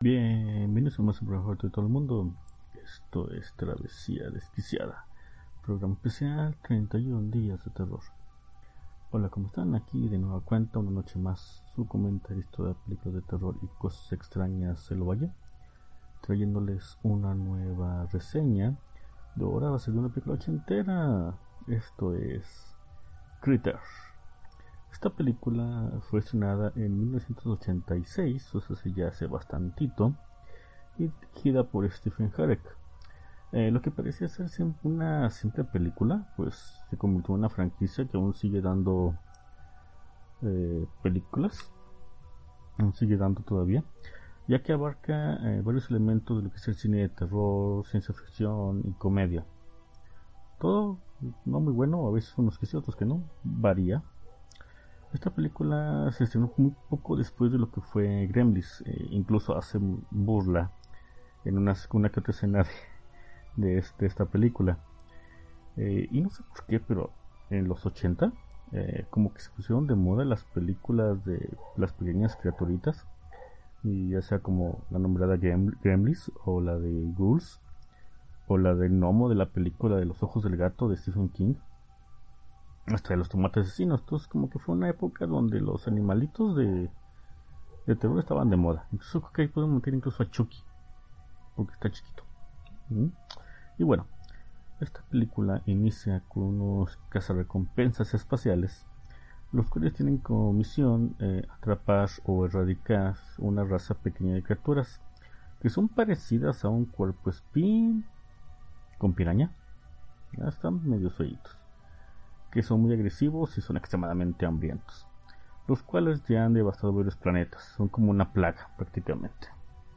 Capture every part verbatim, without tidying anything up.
Bienvenidos a más mejor de todo el mundo. Esto es Travesía Desquiciada, programa especial treinta y uno días de terror. Hola, ¿cómo están? Aquí de nueva cuenta, una noche más, su comentarista de películas de terror y cosas extrañas se lo vaya, trayéndoles una nueva reseña. De ahora va a ser de una película ochentera. Esto es Critter. Esta película fue estrenada en mil novecientos ochenta y seis, o sea, ya hace bastantito, y dirigida por Stephen Herek. Eh, lo que parecía ser siempre una simple película, pues se convirtió en una franquicia que aún sigue dando eh, películas, aún sigue dando todavía, ya que abarca eh, varios elementos de lo que es el cine de terror, ciencia ficción y comedia. Todo no muy bueno, a veces unos que sí, otros que no, varía. Esta película se estrenó muy poco después de lo que fue Gremlins, eh, incluso hace burla en una, una que otra escena de, de, este, de esta película. Eh, y no sé por qué, pero en los ochenta, eh, como que se pusieron de moda las películas de las pequeñas criaturitas, y ya sea como la nombrada Gremlins, o la de Ghouls, o la del gnomo de la película de Los ojos del gato de Stephen King, hasta de los tomates asesinos. Entonces como que fue una época donde los animalitos de, de terror estaban de moda. Incluso creo que ahí podemos meter incluso a Chucky, porque está chiquito. ¿Mm? Y bueno, esta película inicia con unos cazarrecompensas espaciales, los cuales tienen como misión eh, atrapar o erradicar una raza pequeña de criaturas que son parecidas a un cuerpo espín con piraña. Ya están medio feitos, que son muy agresivos y son extremadamente hambrientos, los cuales ya han devastado varios planetas. Son como una plaga prácticamente.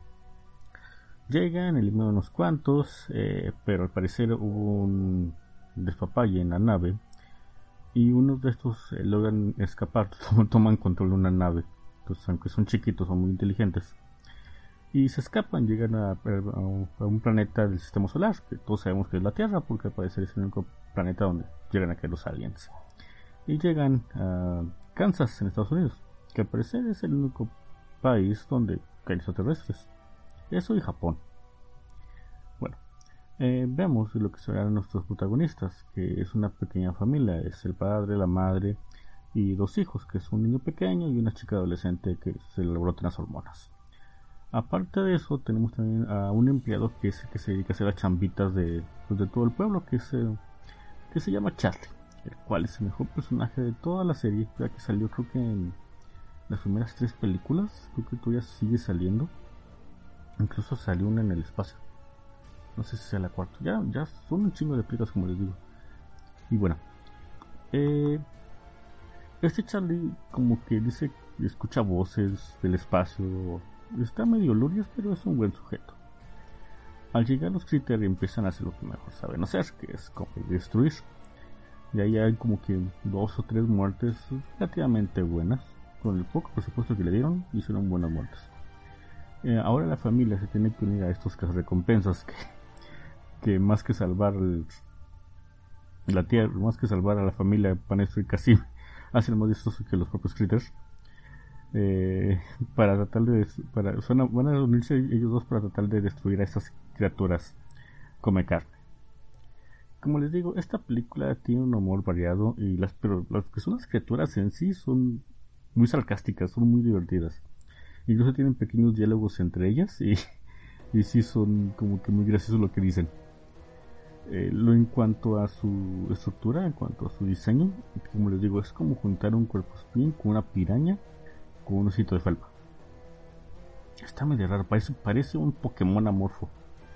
Llegan, eliminan unos cuantos, eh, pero al parecer hubo un despapalle en la nave, y unos de estos eh, logran escapar, toman control de una nave. Entonces, aunque son chiquitos, son muy inteligentes, y se escapan. Llegan a, a, a un planeta del sistema solar, que todos sabemos que es la Tierra, porque al parecer es el único planeta donde llegan a caer los aliens. Y llegan a Kansas, en Estados Unidos, que al parecer es el único país donde caen extraterrestres. Eso y Japón. Bueno, eh, veamos lo que serán nuestros protagonistas, que es una pequeña familia. Es el padre, la madre y dos hijos, que es un niño pequeño y una chica adolescente que se le brotan las hormonas. Aparte de eso, tenemos también a un empleado que es el que se dedica a hacer las chambitas de, pues, de todo el pueblo, que es eh, que se llama Charlie, el cual es el mejor personaje de toda la serie, ya que salió creo que en las primeras tres películas. Creo que todavía sigue saliendo, incluso salió una en el espacio, no sé si sea la cuarta. Ya, ya son un chingo de películas, como les digo. Y bueno, eh, este Charlie como que dice que escucha voces del espacio. Está medio lurios, pero es un buen sujeto. Al llegar los Critter empiezan a hacer lo que mejor saben hacer, que es como destruir. Y ahí hay como que dos o tres muertes relativamente buenas. Con el poco presupuesto que le dieron, hicieron buenas muertes. Eh, ahora la familia se tiene que unir a estos recompensas que, que más que salvar el, la tierra, más que salvar a la familia Panestro y Casim, hacen más estos que los propios Critters. Eh, para tratar de para, van, a, van a unirse ellos dos para tratar de destruir a estas criaturas come carne. Como les digo, esta película tiene un humor variado, y las pero las que son las criaturas en sí son muy sarcásticas, son muy divertidas. Incluso tienen pequeños diálogos entre ellas, y, y sí son como que muy graciosos lo que dicen. Eh, lo en cuanto a su estructura, en cuanto a su diseño, como les digo, es como juntar un cuerpo espín con una piraña con un osito de felpa. Está medio raro, parece, parece un Pokémon amorfo.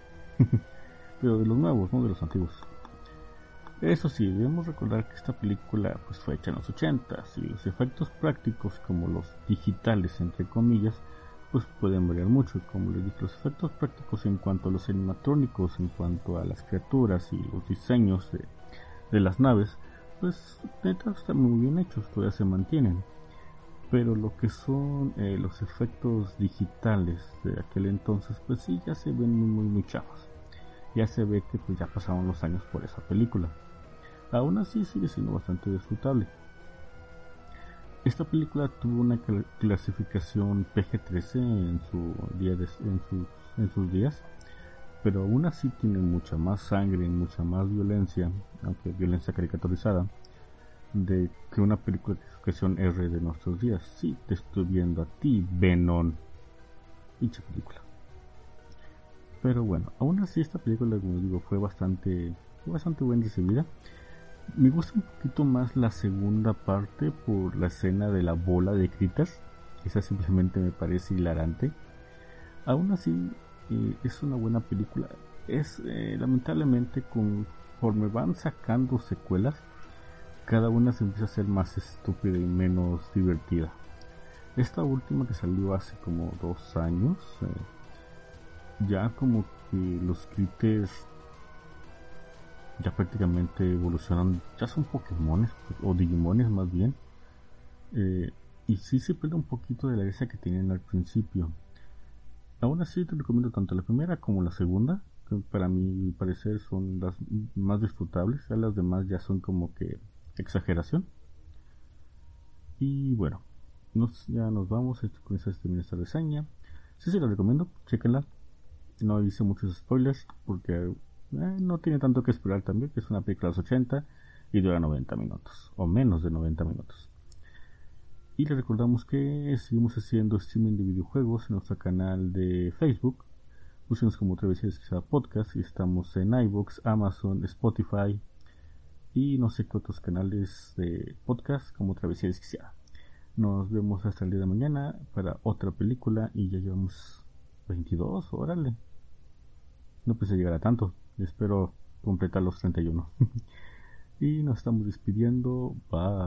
Pero de los nuevos, no de los antiguos. Eso sí, debemos recordar que esta película pues fue hecha en los ochentas, y los efectos prácticos, como los digitales entre comillas, pues pueden variar mucho. Como les dije, los efectos prácticos en cuanto a los animatrónicos, en cuanto a las criaturas y los diseños de, de las naves, pues neta están muy bien hechos, todavía se mantienen. Pero lo que son eh, los efectos digitales de aquel entonces, pues sí, ya se ven muy muy muy chavos. Ya se ve que pues ya pasaron los años por esa película. Aún así sigue siendo bastante disfrutable. Esta película tuvo una clasificación P G trece en, su día de, en, sus, en sus días, pero aún así tiene mucha más sangre y mucha más violencia, aunque violencia caricaturizada, de que una película de clasificación R de nuestros días. Sí, te estoy viendo a ti, Venom. Pinche película. Pero bueno, aún así esta película, como digo, fue bastante, fue bastante bien recibida. Me gusta un poquito más la segunda parte por la escena de la bola de critters. Esa simplemente me parece hilarante. Aún así, eh, es una buena película. Es eh, lamentablemente conforme van sacando secuelas, cada una se empieza a ser más estúpida y menos divertida. Esta última que salió hace como dos años, eh, ya como que los critters ya prácticamente evolucionan, ya son Pokémones o Digimones más bien, eh, y sí se pierde un poquito de la gracia que tenían al principio. Aún así te recomiendo tanto la primera como la segunda, que para mi parecer son las más disfrutables. Ya las demás ya son como que exageración. Y bueno, nos, ya nos vamos con esa termina esta reseña. Sí, se la recomiendo, chéquenla. No hice muchos spoilers porque eh, no tiene tanto que esperar también, que es una película de los ochenta y dura noventa minutos, o menos de noventa minutos. Y les recordamos que seguimos haciendo streaming de videojuegos en nuestro canal de Facebook. Búsquenos como Travesía Desquiciada Podcast y estamos en iVoox, Amazon, Spotify y no sé qué otros canales de podcast como Travesía Desquiciada. Nos vemos hasta el día de mañana para otra película y ya llevamos veintidós, órale. No pensé llegar a tanto, espero completar los treinta y uno. Y nos estamos despidiendo, bye.